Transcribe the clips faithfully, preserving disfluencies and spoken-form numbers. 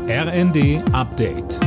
R N D Update.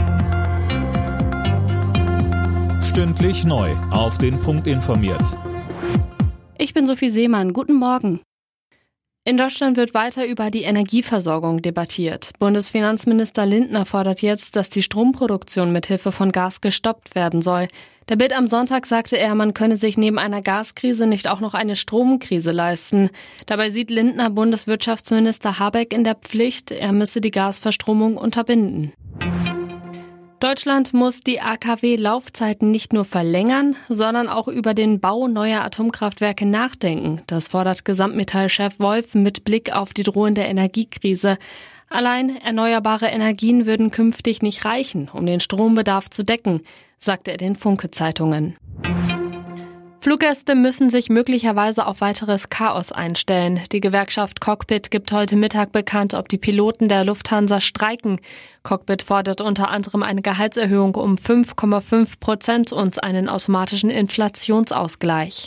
Stündlich neu auf den Punkt informiert. Ich bin Sophie Seemann. Guten Morgen. In Deutschland wird weiter über die Energieversorgung debattiert. Bundesfinanzminister Lindner fordert jetzt, dass die Stromproduktion mithilfe von Gas gestoppt werden soll. Der Bild am Sonntag sagte er, man könne sich neben einer Gaskrise nicht auch noch eine Stromkrise leisten. Dabei sieht Lindner Bundeswirtschaftsminister Habeck in der Pflicht, er müsse die Gasverstromung unterbinden. Deutschland muss die A K W-Laufzeiten nicht nur verlängern, sondern auch über den Bau neuer Atomkraftwerke nachdenken. Das fordert Gesamtmetall-Chef Wolf mit Blick auf die drohende Energiekrise. Allein erneuerbare Energien würden künftig nicht reichen, um den Strombedarf zu decken, sagte er den Funke-Zeitungen. Fluggäste müssen sich möglicherweise auf weiteres Chaos einstellen. Die Gewerkschaft Cockpit gibt heute Mittag bekannt, ob die Piloten der Lufthansa streiken. Cockpit fordert unter anderem eine Gehaltserhöhung um fünf Komma fünf Prozent und einen automatischen Inflationsausgleich.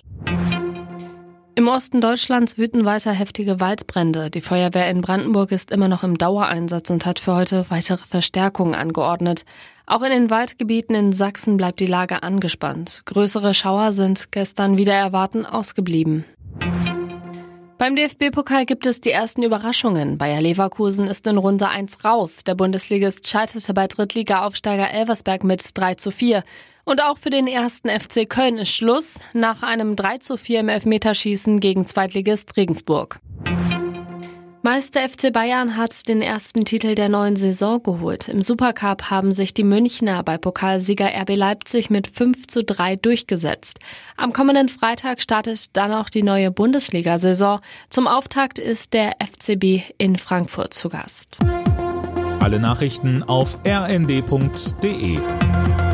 Im Osten Deutschlands wüten weiter heftige Waldbrände. Die Feuerwehr in Brandenburg ist immer noch im Dauereinsatz und hat für heute weitere Verstärkungen angeordnet. Auch in den Waldgebieten in Sachsen bleibt die Lage angespannt. Größere Schauer sind gestern wider Erwarten ausgeblieben. Beim D F B-Pokal gibt es die ersten Überraschungen. Bayer Leverkusen ist in Runde eins raus. Der Bundesligist scheiterte bei Drittliga-Aufsteiger Elversberg mit drei zu vier. Und auch für den ersten F C Köln ist Schluss nach einem drei zu vier im Elfmeterschießen gegen Zweitligist Regensburg. Meister F C Bayern hat den ersten Titel der neuen Saison geholt. Im Supercup haben sich die Münchner bei Pokalsieger R B Leipzig mit fünf zu drei durchgesetzt. Am kommenden Freitag startet dann auch die neue Bundesliga-Saison. Zum Auftakt ist der F C B in Frankfurt zu Gast. Alle Nachrichten auf r n d punkt d e.